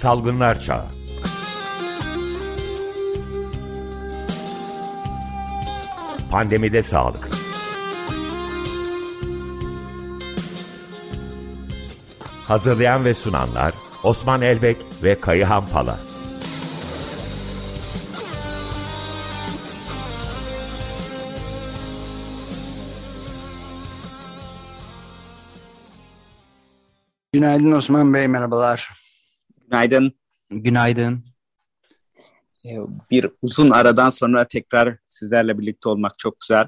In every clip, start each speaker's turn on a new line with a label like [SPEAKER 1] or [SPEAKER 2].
[SPEAKER 1] Salgınlar Çağı. Pandemide sağlık. Hazırlayan ve sunanlar Osman Elbek ve Kayıhan Pala.
[SPEAKER 2] Günaydın Osman Bey, merhabalar.
[SPEAKER 3] Günaydın.
[SPEAKER 4] Günaydın.
[SPEAKER 3] Bir uzun aradan sonra tekrar sizlerle birlikte olmak çok güzel.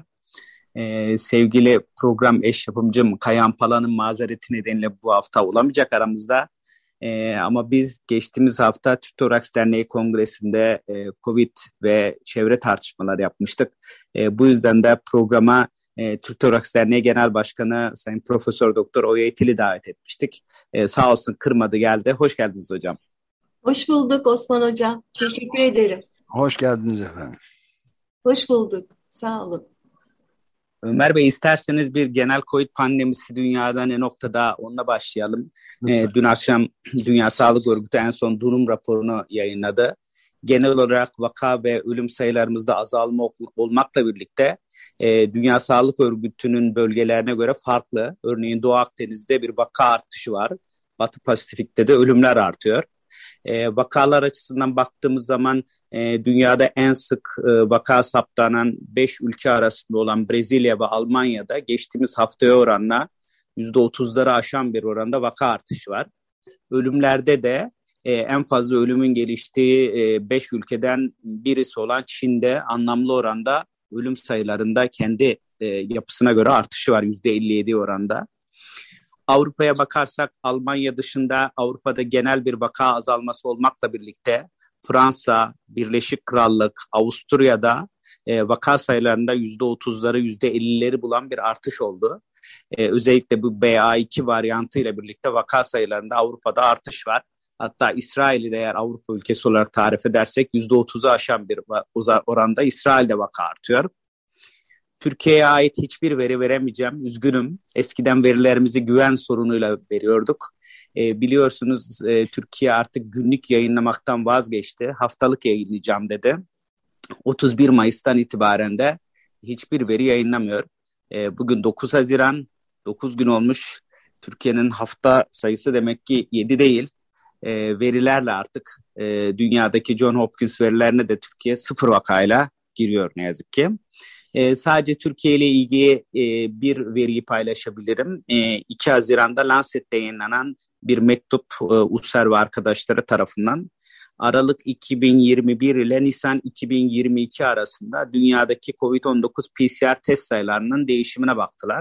[SPEAKER 3] Sevgili program eş yapımcım Kayıhan Pala'nın mazereti nedeniyle bu hafta olamayacak aramızda. Ama biz geçtiğimiz hafta Türk Toraks Derneği Kongresi'nde Covid ve çevre tartışmaları yapmıştık. Bu yüzden de programa Türk Toraks Derneği Genel Başkanı Sayın Profesör Doktor Oya İtil'i davet etmiştik. Sağ olsun kırmadı, geldi. Hoş geldiniz hocam.
[SPEAKER 5] Hoş bulduk Osman Hocam. Teşekkür ederim.
[SPEAKER 2] Hoş geldiniz efendim.
[SPEAKER 5] Hoş bulduk. Sağ olun.
[SPEAKER 3] Ömer Bey, isterseniz bir genel Covid pandemisi dünyada ne noktada, onunla başlayalım. Dün akşam Dünya Sağlık Örgütü en son durum raporunu yayınladı. Genel olarak vaka ve ölüm sayılarımızda azalma olmakla birlikte Dünya Sağlık Örgütü'nün bölgelerine göre farklı. Örneğin Doğu Akdeniz'de bir vaka artışı var. Batı Pasifik'te de ölümler artıyor. Vakalar açısından baktığımız zaman dünyada en sık vaka saptanan 5 ülke arasında olan Brezilya ve Almanya'da geçtiğimiz haftaya oranla %30'ları aşan bir oranda vaka artışı var. Ölümlerde de en fazla ölümün geliştiği 5 ülkeden birisi olan Çin'de anlamlı oranda ölüm sayılarında kendi yapısına göre artışı var %57 oranda. Avrupa'ya bakarsak Almanya dışında Avrupa'da genel bir vaka azalması olmakla birlikte Fransa, Birleşik Krallık, Avusturya'da vaka sayılarında %30'ları %50'leri bulan bir artış oldu. Özellikle bu BA2 varyantı ile birlikte vaka sayılarında Avrupa'da artış var. Hatta İsrail'i de eğer Avrupa ülkesi olarak tarif edersek %30'u aşan bir oranda İsrail'de vaka artıyor. Türkiye'ye ait hiçbir veri veremeyeceğim. Üzgünüm. Eskiden verilerimizi güven sorunuyla veriyorduk. Biliyorsunuz Türkiye artık günlük yayınlamaktan vazgeçti. Haftalık yayınlayacağım dedi. 31 Mayıs'tan itibaren de hiçbir veri yayınlamıyor. Bugün 9 Haziran, 9 gün olmuş. Türkiye'nin hafta sayısı demek ki 7 değil. Verilerle artık dünyadaki John Hopkins verilerine de Türkiye 0 vakayla giriyor ne yazık ki. Sadece Türkiye ile ilgili bir veriyi paylaşabilirim. 2 Haziran'da Lancet'te yayınlanan bir mektup Usser ve arkadaşları tarafından Aralık 2021 ile Nisan 2022 arasında dünyadaki COVID-19 PCR test sayılarının değişimine baktılar.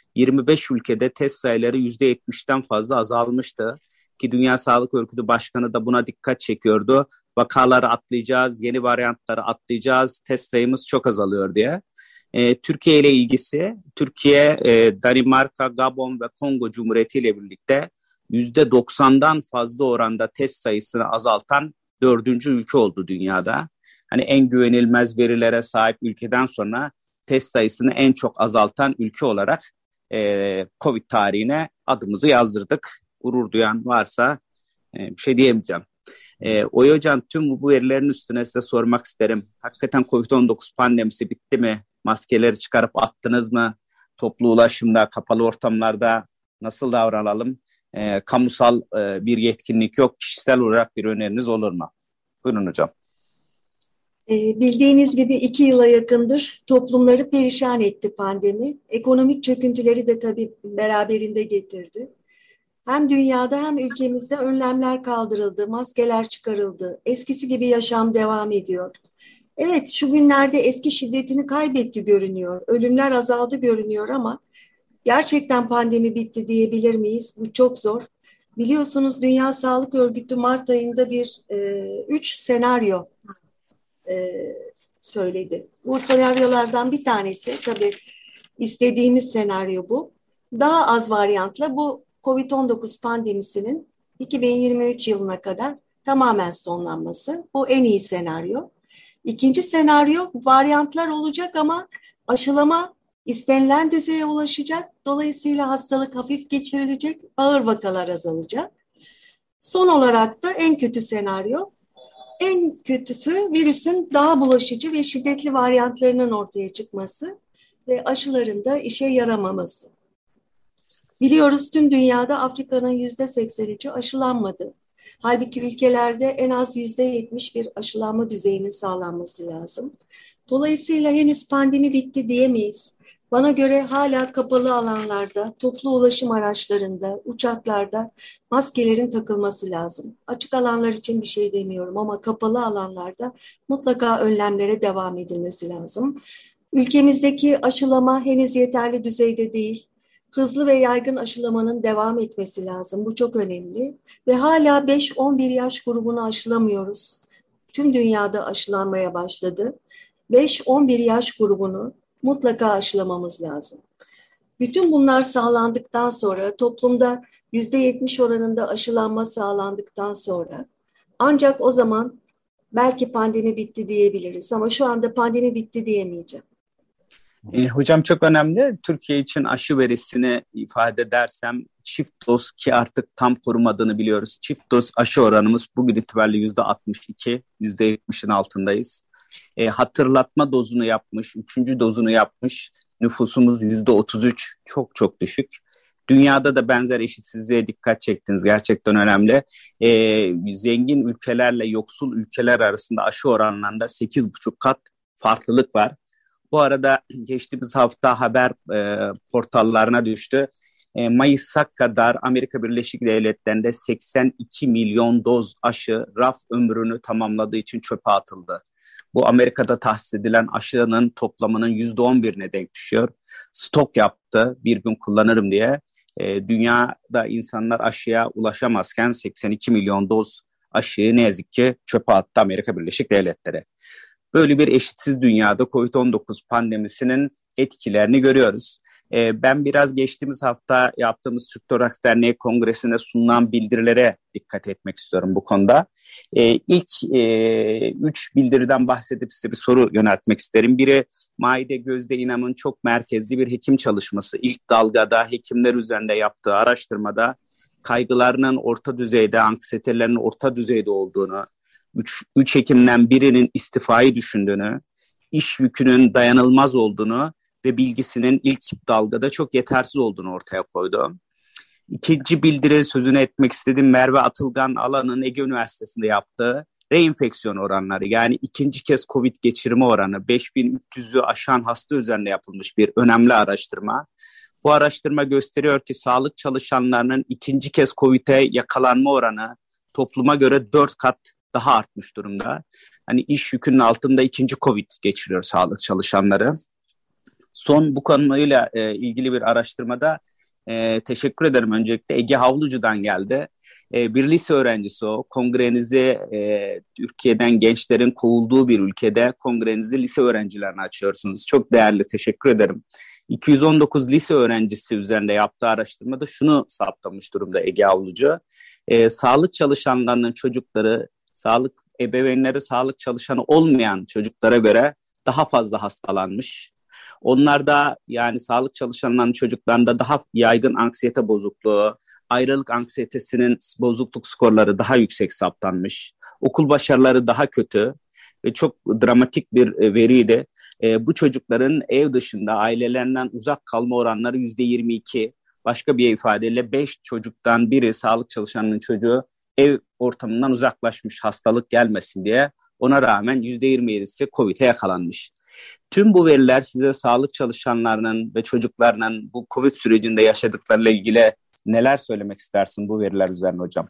[SPEAKER 3] 25 ülkede test sayıları %70'den fazla azalmıştı. Ki Dünya Sağlık Örgütü Başkanı da buna dikkat çekiyordu. Vakaları atlayacağız, yeni varyantları atlayacağız, test sayımız çok azalıyor diye. Türkiye ile ilgisi, Türkiye, Danimarka, Gabon ve Kongo Cumhuriyeti ile birlikte %90'dan fazla oranda test sayısını azaltan 4. ülke oldu dünyada. Hani en güvenilmez verilere sahip ülkeden sonra test sayısını en çok azaltan ülke olarak Covid tarihine adımızı yazdırdık. Gurur duyan varsa bir şey diyemeyeceğim. Oya Hocam, tüm bu verilerin üstüne size sormak isterim. Hakikaten COVID-19 pandemisi bitti mi? Maskeleri çıkarıp attınız mı? Toplu ulaşımda, kapalı ortamlarda nasıl davranalım? Kamusal bir yetkinlik yok. Kişisel olarak bir öneriniz olur mu? Buyurun hocam.
[SPEAKER 5] Bildiğiniz gibi 2 yıla yakındır toplumları perişan etti pandemi. Ekonomik çöküntüleri de tabii beraberinde getirdi. Hem dünyada hem ülkemizde önlemler kaldırıldı, maskeler çıkarıldı. Eskisi gibi yaşam devam ediyor. Evet, şu günlerde eski şiddetini kaybetti görünüyor. Ölümler azaldı görünüyor ama gerçekten pandemi bitti diyebilir miyiz? Bu çok zor. Biliyorsunuz Dünya Sağlık Örgütü Mart ayında 3 senaryo söyledi. Bu senaryolardan bir tanesi, tabii istediğimiz senaryo bu. Daha az varyantla bu COVID-19 pandemisinin 2023 yılına kadar tamamen sonlanması. Bu en iyi senaryo. İkinci senaryo, varyantlar olacak ama aşılama istenilen düzeye ulaşacak. Dolayısıyla hastalık hafif geçirilecek, ağır vakalar azalacak. Son olarak da en kötü senaryo, en kötüsü virüsün daha bulaşıcı ve şiddetli varyantlarının ortaya çıkması ve aşıların da işe yaramaması. Biliyoruz tüm dünyada Afrika'nın %83'ü aşılanmadı. Halbuki ülkelerde en az %70 bir aşılanma düzeyinin sağlanması lazım. Dolayısıyla henüz pandemi bitti diyemeyiz. Bana göre hala kapalı alanlarda, toplu ulaşım araçlarında, uçaklarda maskelerin takılması lazım. Açık alanlar için bir şey demiyorum ama kapalı alanlarda mutlaka önlemlere devam edilmesi lazım. Ülkemizdeki aşılama henüz yeterli düzeyde değil. Hızlı ve yaygın aşılamanın devam etmesi lazım. Bu çok önemli. Ve hala 5-11 yaş grubunu aşılamıyoruz. Tüm dünyada aşılanmaya başladı. 5-11 yaş grubunu mutlaka aşılamamız lazım. Bütün bunlar sağlandıktan sonra, toplumda %70 oranında aşılanma sağlandıktan sonra ancak o zaman belki pandemi bitti diyebiliriz. Ama şu anda pandemi bitti diyemeyeceğim.
[SPEAKER 3] Hocam çok önemli. Türkiye için aşı verisini ifade edersem çift doz, ki artık tam korumadığını biliyoruz. Çift doz aşı oranımız bugün itibariyle %62, %70'in altındayız. Hatırlatma dozunu yapmış, 3. dozunu yapmış nüfusumuz %33, çok çok düşük. Dünyada da benzer eşitsizliğe dikkat çektiniz. Gerçekten önemli. Zengin ülkelerle yoksul ülkeler arasında aşı oranlarında 8,5 kat farklılık var. Bu arada geçtiğimiz hafta haber portallarına düştü. Mayıs'a kadar Amerika Birleşik Devletleri'nde 82 milyon doz aşı raf ömrünü tamamladığı için çöpe atıldı. Bu Amerika'da tahsis edilen aşının toplamının %11'ine denk düşüyor. Stok yaptı bir gün kullanırım diye. Dünyada insanlar aşıya ulaşamazken 82 milyon doz aşıyı ne yazık ki çöpe attı Amerika Birleşik Devletleri. Böyle bir eşitsiz dünyada COVID-19 pandemisinin etkilerini görüyoruz. Ben biraz geçtiğimiz hafta yaptığımız Türk Toraks Derneği Kongresi'ne sunulan bildirilere dikkat etmek istiyorum bu konuda. İlk 3 bildiriden bahsedip size bir soru yöneltmek isterim. Biri, Maide Gözde İnam'ın çok merkezli bir hekim çalışması. İlk dalgada hekimler üzerinde yaptığı araştırmada kaygılarının orta düzeyde, anksiyetelerinin orta düzeyde olduğunu, 3 hekimden birinin istifayı düşündüğünü, iş yükünün dayanılmaz olduğunu ve bilgisinin ilk dalgada çok yetersiz olduğunu ortaya koydu. İkinci bildiri sözünü etmek istediğim Merve Atılgan Alan'ın Ege Üniversitesi'nde yaptığı reenfeksiyon oranları, yani ikinci kez COVID geçirme oranı 5300'ü aşan hasta üzerinde yapılmış bir önemli araştırma. Bu araştırma gösteriyor ki sağlık çalışanlarının ikinci kez COVID'e yakalanma oranı topluma göre 4 kat daha artmış durumda. Hani iş yükünün altında ikinci COVID geçiriyor sağlık çalışanları. Son bu konuyla ilgili bir araştırmada teşekkür ederim öncelikle. Ege Havlucu'dan geldi. Bir lise öğrencisi o. Kongrenizi Türkiye'den gençlerin kovulduğu bir ülkede kongrenizi lise öğrencilerine açıyorsunuz. Çok değerli, teşekkür ederim. 219 lise öğrencisi üzerinde yaptığı araştırmada şunu saptamış durumda Ege Havlucu. Sağlık çalışanlarının çocukları, ebeveynleri sağlık çalışanı olmayan çocuklara göre daha fazla hastalanmış. Onlarda, yani sağlık çalışanlarının çocuklarında daha yaygın anksiyete bozukluğu, ayrılık anksiyetesinin bozukluk skorları daha yüksek saptanmış. Okul başarıları daha kötü ve çok dramatik bir veriydi. Bu çocukların ev dışında ailelerinden uzak kalma oranları %22. Başka bir ifadeyle 5 çocuktan biri, sağlık çalışanının çocuğu, ev ortamından uzaklaşmış hastalık gelmesin diye. Ona rağmen %27'si COVID'e yakalanmış. Tüm bu veriler size sağlık çalışanlarının ve çocuklarının bu COVID sürecinde yaşadıklarıyla ilgili neler söylemek istersin bu veriler üzerine hocam?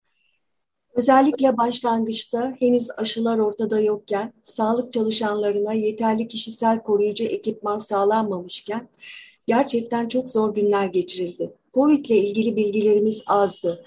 [SPEAKER 5] Özellikle başlangıçta henüz aşılar ortada yokken, sağlık çalışanlarına yeterli kişisel koruyucu ekipman sağlanmamışken gerçekten çok zor günler geçirildi. COVID ile ilgili bilgilerimiz azdı.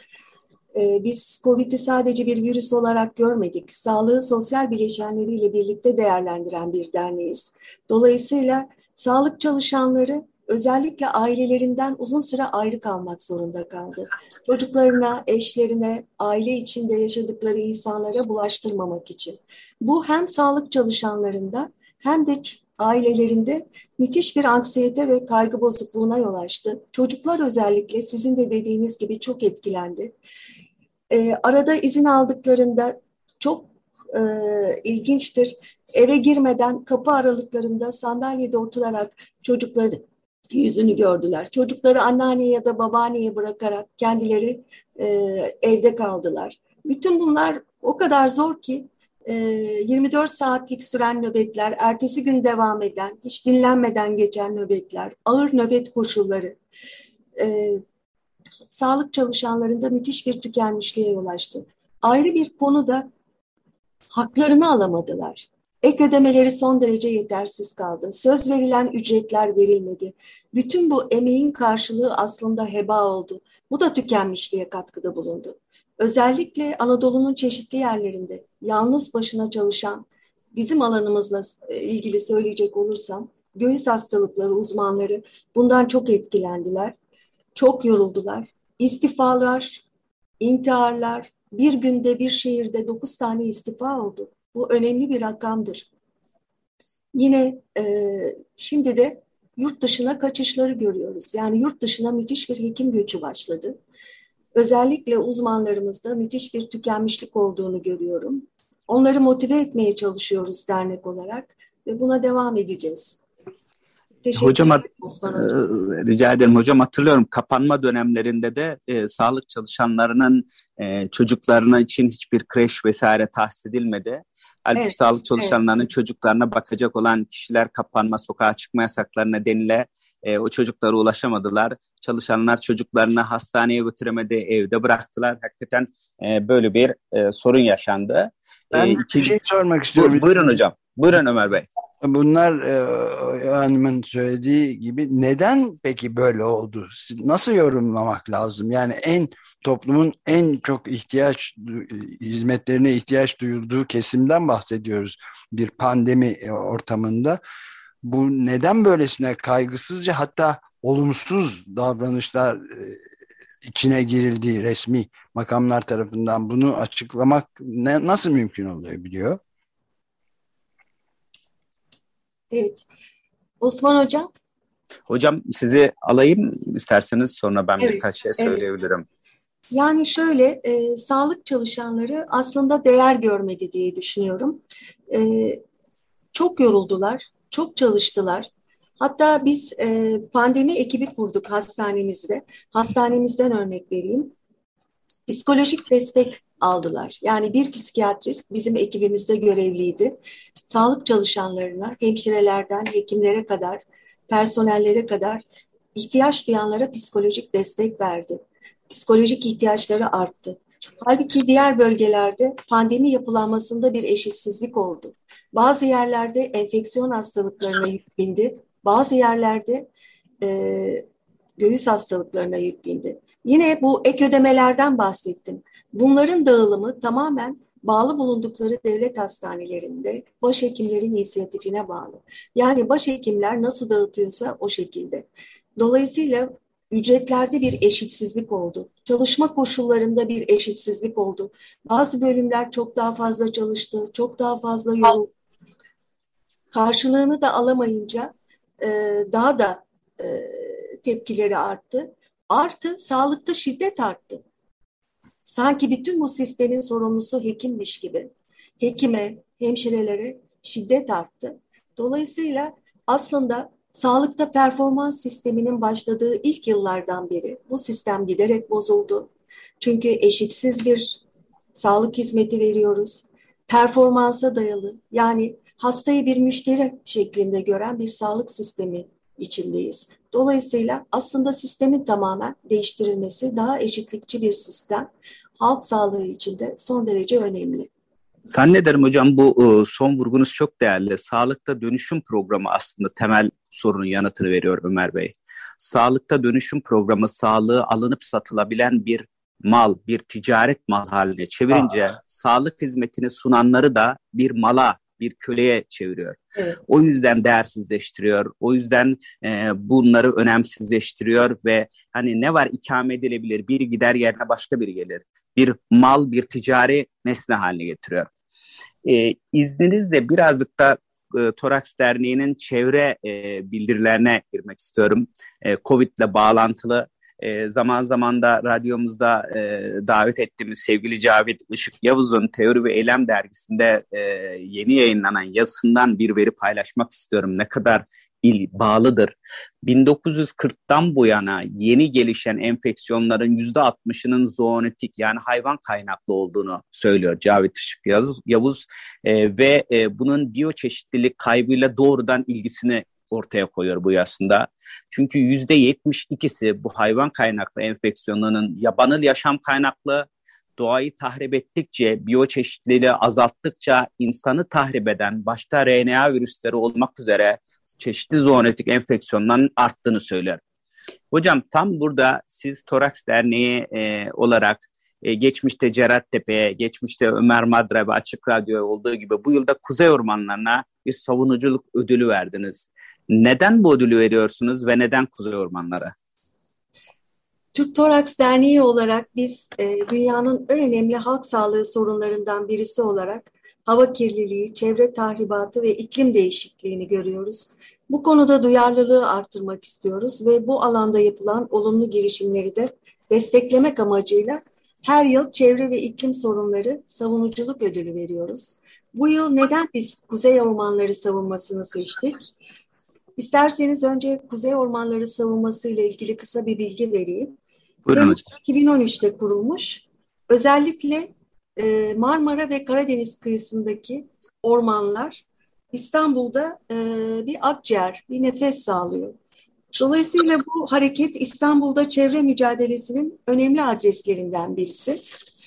[SPEAKER 5] Biz COVID'i sadece bir virüs olarak görmedik. Sağlığı sosyal bileşenleriyle birlikte değerlendiren bir derneğiz. Dolayısıyla sağlık çalışanları özellikle ailelerinden uzun süre ayrı kalmak zorunda kaldı. Çocuklarına, eşlerine, aile içinde yaşadıkları insanlara bulaştırmamak için. Bu hem sağlık çalışanlarında hem de ailelerinde müthiş bir anksiyete ve kaygı bozukluğuna yol açtı. Çocuklar özellikle sizin de dediğiniz gibi çok etkilendi. Arada izin aldıklarında çok ilginçtir. Eve girmeden kapı aralıklarında sandalyede oturarak çocukların yüzünü gördüler. Çocukları anneanneye ya da babaanneye bırakarak kendileri evde kaldılar. Bütün bunlar o kadar zor ki 24 saatlik süren nöbetler, ertesi gün devam eden, hiç dinlenmeden geçen nöbetler, ağır nöbet koşulları, sağlık çalışanlarında müthiş bir tükenmişliğe yol açtı. Ayrı bir konu da haklarını alamadılar. Ek ödemeleri son derece yetersiz kaldı. Söz verilen ücretler verilmedi. Bütün bu emeğin karşılığı aslında heba oldu. Bu da tükenmişliğe katkıda bulundu. Özellikle Anadolu'nun çeşitli yerlerinde yalnız başına çalışan, bizim alanımızla ilgili söyleyecek olursam, göğüs hastalıkları uzmanları bundan çok etkilendiler. Çok yoruldular. İstifalar, intiharlar, bir günde bir şehirde 9 tane istifa oldu. Bu önemli bir rakamdır. Yine şimdi de yurt dışına kaçışları görüyoruz. Yani yurt dışına müthiş bir hekim göçü başladı. Özellikle uzmanlarımızda müthiş bir tükenmişlik olduğunu görüyorum. Onları motive etmeye çalışıyoruz dernek olarak ve buna devam edeceğiz.
[SPEAKER 3] Hocam, rica ederim hocam, hatırlıyorum kapanma dönemlerinde de sağlık çalışanlarının çocuklarına için hiçbir kreş vesaire tahsis edilmedi. Halbuki evet, sağlık çalışanlarının evet, çocuklarına bakacak olan kişiler kapanma, sokağa çıkma yasakları nedeniyle o çocuklara ulaşamadılar. Çalışanlar çocuklarını hastaneye götüremedi, evde bıraktılar. Hakikaten böyle bir sorun yaşandı.
[SPEAKER 2] Ben bir şey sormak istiyorum.
[SPEAKER 3] Buyurun hocam. Buyurun Ömer Bey.
[SPEAKER 2] Bunlar hanımın söylediği gibi neden peki böyle oldu? Nasıl yorumlamak lazım? Yani toplumun en çok hizmetlerine ihtiyaç duyulduğu kesimden bahsediyoruz bir pandemi ortamında. Bu neden böylesine kaygısızca, hatta olumsuz davranışlar içine girildiği resmi makamlar tarafından, bunu açıklamak nasıl mümkün olabiliyor?
[SPEAKER 5] Evet. Osman Hocam.
[SPEAKER 3] Hocam sizi alayım isterseniz, sonra ben
[SPEAKER 5] evet,
[SPEAKER 3] birkaç şey söyleyebilirim. Evet.
[SPEAKER 5] Yani şöyle, sağlık çalışanları aslında değer görmedi diye düşünüyorum. Çok yoruldular, çok çalıştılar. Hatta biz pandemi ekibi kurduk hastanemizde. Hastanemizden örnek vereyim. Psikolojik destek aldılar. Yani bir psikiyatrist bizim ekibimizde görevliydi. Sağlık çalışanlarına, hemşirelerden hekimlere kadar, personellere kadar ihtiyaç duyanlara psikolojik destek verdi. Psikolojik ihtiyaçları arttı. Halbuki diğer bölgelerde pandemi yapılanmasında bir eşitsizlik oldu. Bazı yerlerde enfeksiyon hastalıklarına yük bindi, bazı yerlerde göğüs hastalıklarına yük bindi. Yine bu ek ödemelerden bahsettim. Bunların dağılımı tamamen bağlı bulundukları devlet hastanelerinde başhekimlerin inisiyatifine bağlı. Yani başhekimler nasıl dağıtıyorsa o şekilde. Dolayısıyla ücretlerde bir eşitsizlik oldu. Çalışma koşullarında bir eşitsizlik oldu. Bazı bölümler çok daha fazla çalıştı, çok daha fazla yoruldu. Karşılığını da alamayınca daha da tepkileri arttı. Artı sağlıkta şiddet arttı. Sanki bütün bu sistemin sorumlusu hekimmiş gibi. Hekime, hemşirelere şiddet arttı. Dolayısıyla aslında sağlıkta performans sisteminin başladığı ilk yıllardan beri bu sistem giderek bozuldu. Çünkü eşitsiz bir sağlık hizmeti veriyoruz. Performansa dayalı, yani hastayı bir müşteri şeklinde gören bir sağlık sistemi içindeyiz. Dolayısıyla aslında sistemin tamamen değiştirilmesi, daha eşitlikçi bir sistem, halk sağlığı için de son derece önemli.
[SPEAKER 3] Zannederim hocam bu son vurgunuz çok değerli. Sağlıkta dönüşüm programı aslında temel sorunun yanıtını veriyor Ömer Bey. Sağlıkta dönüşüm programı sağlığı alınıp satılabilen bir mal, bir ticaret mal haline çevirince sağlık hizmetini sunanları da bir mala, bir köleye çeviriyor. Evet. O yüzden değersizleştiriyor. O yüzden bunları önemsizleştiriyor ve hani ne var ikame edilebilir, biri gider yerine başka biri gelir. Bir mal, bir ticari nesne haline getiriyor. İzninizle birazcık da Toraks Derneği'nin çevre bildirilerine girmek istiyorum. Covid'le bağlantılı. zaman zaman da radyomuzda davet ettiğimiz sevgili Cavit Işık Yavuz'un Teori ve Eylem dergisinde yeni yayınlanan yazısından bir veri paylaşmak istiyorum. Ne kadar bağlıdır. 1940'tan bu yana yeni gelişen enfeksiyonların %60'ının zoonotik yani hayvan kaynaklı olduğunu söylüyor Cavit Işık Yavuz ve bunun biyoçeşitlilik kaybıyla doğrudan ilgisini ortaya koyuyor bu yazısında. Çünkü %72'si bu hayvan kaynaklı enfeksiyonların yabanıl yaşam kaynaklı, doğayı tahrip ettikçe, biyoçeşitliliği azalttıkça insanı tahrip eden başta RNA virüsleri olmak üzere çeşitli zoonotik enfeksiyonların arttığını söyler. Hocam tam burada siz Toraks Derneği olarak geçmişte Cerattepe'ye, geçmişte Ömer Madra ve Açık Radyo'ya olduğu gibi bu yılda Kuzey Ormanları'na bir savunuculuk ödülü verdiniz. Neden bu ödülü veriyorsunuz ve neden Kuzey Ormanları?
[SPEAKER 5] Türk Toraks Derneği olarak biz dünyanın en önemli halk sağlığı sorunlarından birisi olarak hava kirliliği, çevre tahribatı ve iklim değişikliğini görüyoruz. Bu konuda duyarlılığı arttırmak istiyoruz ve bu alanda yapılan olumlu girişimleri de desteklemek amacıyla her yıl çevre ve iklim sorunları savunuculuk ödülü veriyoruz. Bu yıl neden biz Kuzey Ormanları savunmasını seçtik? İsterseniz önce Kuzey Ormanları savunması ile ilgili kısa bir bilgi vereyim. Temmuz 2013'te kurulmuş. Özellikle Marmara ve Karadeniz kıyısındaki ormanlar İstanbul'da bir akciğer, bir nefes sağlıyor. Dolayısıyla bu hareket İstanbul'da çevre mücadelesinin önemli adreslerinden birisi.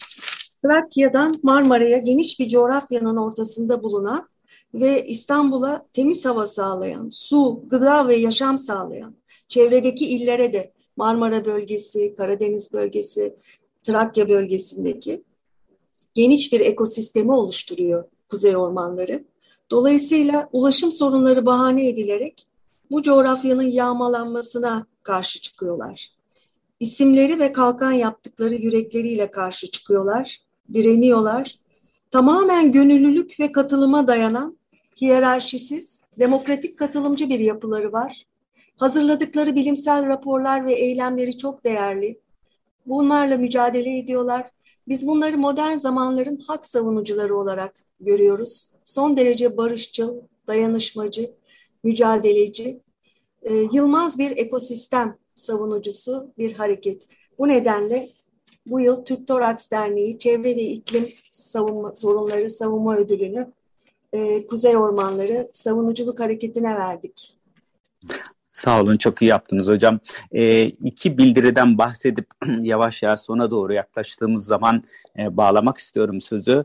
[SPEAKER 5] Trakya'dan Marmara'ya geniş bir coğrafyanın ortasında bulunan ve İstanbul'a temiz hava sağlayan, su, gıda ve yaşam sağlayan, çevredeki illere de Marmara bölgesi, Karadeniz bölgesi, Trakya bölgesindeki geniş bir ekosistemi oluşturuyor Kuzey Ormanları. Dolayısıyla ulaşım sorunları bahane edilerek bu coğrafyanın yağmalanmasına karşı çıkıyorlar. İsimleri ve kalkan yaptıkları yürekleriyle karşı çıkıyorlar, direniyorlar. Tamamen gönüllülük ve katılıma dayanan hiyerarşisiz, demokratik katılımcı bir yapıları var. Hazırladıkları bilimsel raporlar ve eylemleri çok değerli. Bunlarla mücadele ediyorlar. Biz bunları modern zamanların hak savunucuları olarak görüyoruz. Son derece barışçıl, dayanışmacı, mücadeleci, yılmaz bir ekosistem savunucusu bir hareket. Bu nedenle bu yıl Türk Toraks Derneği Çevre ve İklim Sorunları Savunma Ödülünü Kuzey Ormanları Savunuculuk Hareketi'ne verdik.
[SPEAKER 3] Sağ olun, çok iyi yaptınız hocam. İki bildiriden bahsedip yavaş yavaş sona doğru yaklaştığımız zaman bağlamak istiyorum sözü.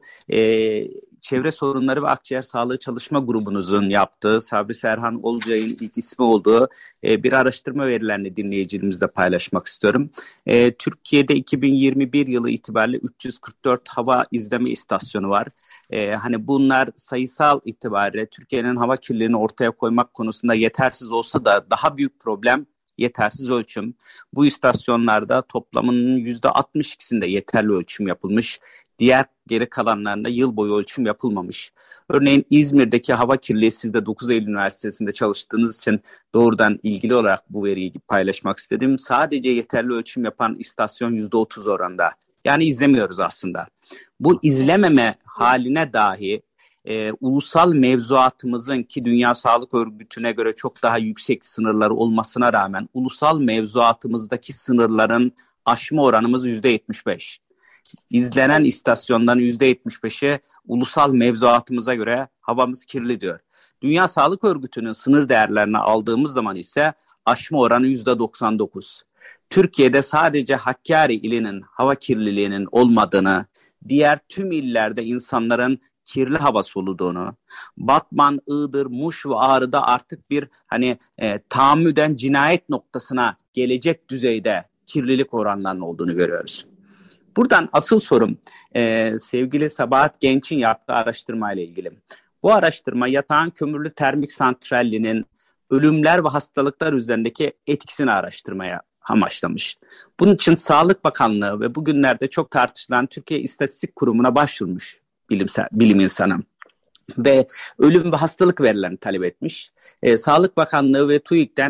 [SPEAKER 3] Çevre Sorunları ve Akciğer Sağlığı Çalışma Grubunuzun yaptığı, Sabri Serhan Olcay'ın ilk ismi olduğu bir araştırma verilerini dinleyicilerimizle paylaşmak istiyorum. Türkiye'de 2021 yılı itibariyle 344 hava izleme istasyonu var. Hani bunlar sayısal itibariyle Türkiye'nin hava kirliliğini ortaya koymak konusunda yetersiz olsa da daha büyük problem yetersiz ölçüm. Bu istasyonlarda toplamının %62'sinde yeterli ölçüm yapılmış. Diğer geri kalanlarında yıl boyu ölçüm yapılmamış. Örneğin İzmir'deki hava kirliliği, siz de 9 Eylül Üniversitesi'nde çalıştığınız için doğrudan ilgili olarak bu veriyi paylaşmak istedim. Sadece yeterli ölçüm yapan istasyon %30 oranında. Yani izlemiyoruz aslında. Bu izlememe haline dahi ulusal mevzuatımızın, ki Dünya Sağlık Örgütü'ne göre çok daha yüksek sınırları olmasına rağmen ulusal mevzuatımızdaki sınırların aşma oranımız %75. İzlenen istasyonların %75'i ulusal mevzuatımıza göre havamız kirli diyor. Dünya Sağlık Örgütü'nün sınır değerlerini aldığımız zaman ise aşma oranı %99. Türkiye'de sadece Hakkari ilinin hava kirliliğinin olmadığını, diğer tüm illerde insanların kirli hava soluduğunu, Batman, Iğdır, Muş ve Ağrı'da artık bir tahammüden cinayet noktasına gelecek düzeyde kirlilik oranlarının olduğunu görüyoruz. Buradan asıl sorum sevgili Sabahat Genç'in yaptığı araştırmayla ilgili. Bu araştırma yatağan kömürlü termik santralinin ölümler ve hastalıklar üzerindeki etkisini araştırmaya amaçlamış. Bunun için Sağlık Bakanlığı ve bugünlerde çok tartışılan Türkiye İstatistik Kurumu'na başvurmuş bilim insanı ve ölüm ve hastalık verilerini talep etmiş. Sağlık Bakanlığı ve TÜİK'ten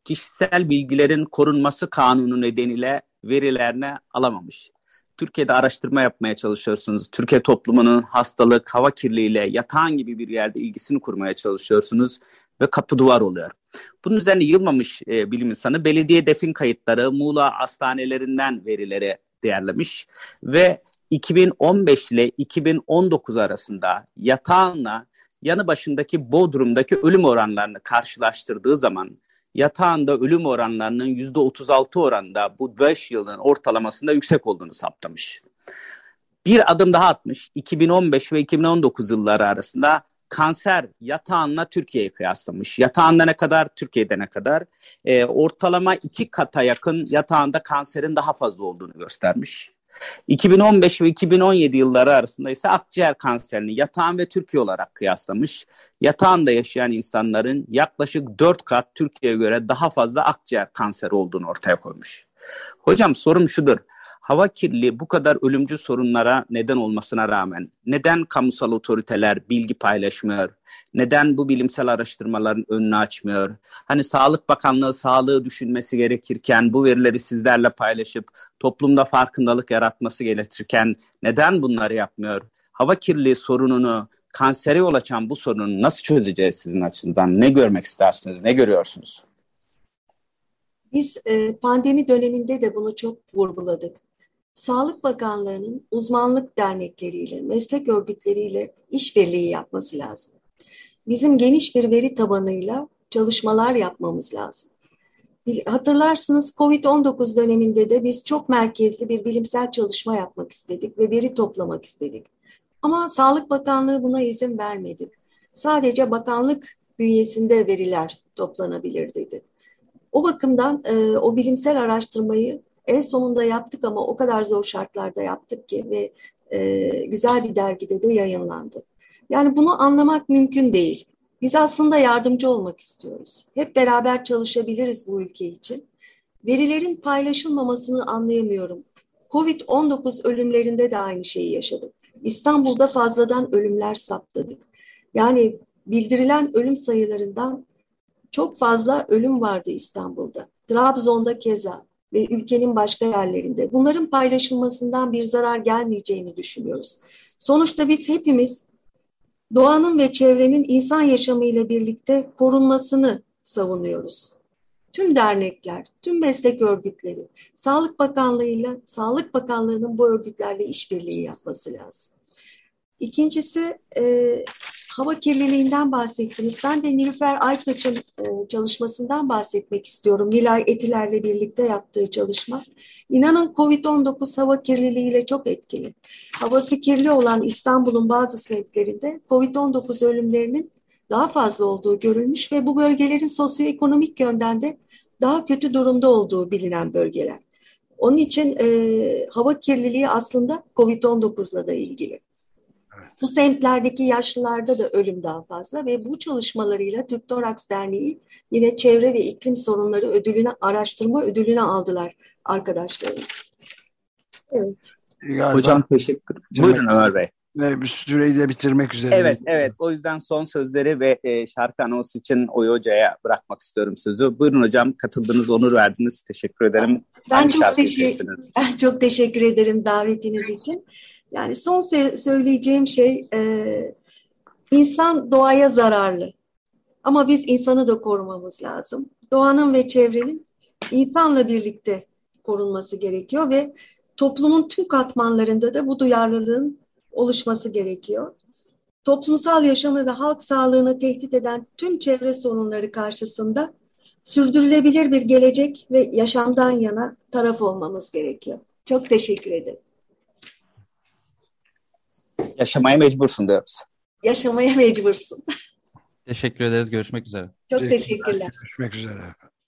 [SPEAKER 3] kişisel bilgilerin korunması kanunu nedeniyle verilerini alamamış. Türkiye'de araştırma yapmaya çalışıyorsunuz. Türkiye toplumunun hastalık, hava kirliliğiyle yatağın gibi bir yerde ilgisini kurmaya çalışıyorsunuz ve kapı duvar oluyor. Bunun üzerine yılmamış bilim insanı belediye defin kayıtları, Muğla hastanelerinden verileri değerlemiş ve 2015 ile 2019 arasında yatağınla yanı başındaki bodrumdaki ölüm oranlarını karşılaştırdığı zaman yatağında ölüm oranlarının %36 oranında bu 5 yılın ortalamasında yüksek olduğunu saptamış. Bir adım daha atmış. 2015 ve 2019 yılları arasında kanser yatağınla Türkiye'yi kıyaslamış. Yatağında ne kadar, Türkiye'de ne kadar? Ortalama 2 kata yakın yatağında kanserin daha fazla olduğunu göstermiş. 2015 ve 2017 yılları arasında ise akciğer kanserini yatağın ve Türkiye olarak kıyaslamış. Yatağında yaşayan insanların yaklaşık 4 kat Türkiye'ye göre daha fazla akciğer kanseri olduğunu ortaya koymuş. Hocam sorum şudur. Hava kirliliği bu kadar ölümcül sorunlara neden olmasına rağmen neden kamusal otoriteler bilgi paylaşmıyor? Neden bu bilimsel araştırmaların önünü açmıyor? Hani Sağlık Bakanlığı sağlığı düşünmesi gerekirken bu verileri sizlerle paylaşıp toplumda farkındalık yaratması gerekirken neden bunları yapmıyor? Hava kirliliği sorununu, kansere yol açan bu sorunu nasıl çözeceğiz sizin açınızdan? Ne görmek istersiniz? Ne görüyorsunuz?
[SPEAKER 5] Biz pandemi döneminde de bunu çok vurguladık. Sağlık Bakanlığı'nın uzmanlık dernekleriyle, meslek örgütleriyle işbirliği yapması lazım. Bizim geniş bir veri tabanıyla çalışmalar yapmamız lazım. Hatırlarsınız COVID-19 döneminde de biz çok merkezli bir bilimsel çalışma yapmak istedik ve veri toplamak istedik. Ama Sağlık Bakanlığı buna izin vermedi. Sadece bakanlık bünyesinde veriler toplanabilir dedi. O bakımdan o bilimsel araştırmayı en sonunda yaptık ama o kadar zor şartlarda yaptık ki ve güzel bir dergide de yayınlandı. Yani bunu anlamak mümkün değil. Biz aslında yardımcı olmak istiyoruz. Hep beraber çalışabiliriz bu ülke için. Verilerin paylaşılmamasını anlayamıyorum. Covid-19 ölümlerinde de aynı şeyi yaşadık. İstanbul'da fazladan ölümler saptadık. Yani bildirilen ölüm sayılarından çok fazla ölüm vardı İstanbul'da. Trabzon'da keza ve ülkenin başka yerlerinde. Bunların paylaşılmasından bir zarar gelmeyeceğini düşünüyoruz. Sonuçta biz hepimiz doğanın ve çevrenin insan yaşamıyla birlikte korunmasını savunuyoruz. Tüm dernekler, tüm meslek örgütleri, Sağlık Bakanlığı'nın bu örgütlerle işbirliği yapması lazım. İkincisi, hava kirliliğinden bahsettiniz. Ben de Nilüfer Aykaç'ın çalışmasından bahsetmek istiyorum. Nilay Etiler'le birlikte yaptığı çalışma. İnanın COVID-19 hava kirliliğiyle çok etkili. Havası kirli olan İstanbul'un bazı semtlerinde COVID-19 ölümlerinin daha fazla olduğu görülmüş ve bu bölgelerin sosyoekonomik yönden de daha kötü durumda olduğu bilinen bölgeler. Onun için hava kirliliği aslında COVID-19'la da ilgili. Bu semtlerdeki yaşlılarda da ölüm daha fazla ve bu çalışmalarıyla Türk Toraks Derneği yine çevre ve iklim sorunları araştırma ödülünü aldılar arkadaşlarımız. Evet.
[SPEAKER 3] Galiba, hocam teşekkür ederim. Buyurun Ömer Bey.
[SPEAKER 2] Ve süreyi de bitirmek üzere.
[SPEAKER 3] Evet. O yüzden son sözleri ve şarkı anonsu için Oya Hoca'ya bırakmak istiyorum sözü. Buyurun hocam, katıldınız, onur verdiniz. Teşekkür ederim.
[SPEAKER 5] Ben çok teşekkür ederim davetiniz için. Yani son söyleyeceğim şey, insan doğaya zararlı. Ama biz insanı da korumamız lazım. Doğanın ve çevrenin insanla birlikte korunması gerekiyor ve toplumun tüm katmanlarında da bu duyarlılığın oluşması gerekiyor. Toplumsal yaşamı ve halk sağlığını tehdit eden tüm çevre sorunları karşısında sürdürülebilir bir gelecek ve yaşamdan yana taraf olmamız gerekiyor. Çok teşekkür ederim.
[SPEAKER 3] Yaşamaya mecbursun diyoruz.
[SPEAKER 5] Yaşamaya mecbursun.
[SPEAKER 4] Teşekkür ederiz. Görüşmek üzere.
[SPEAKER 5] Çok teşekkürler.
[SPEAKER 2] Görüşmek üzere.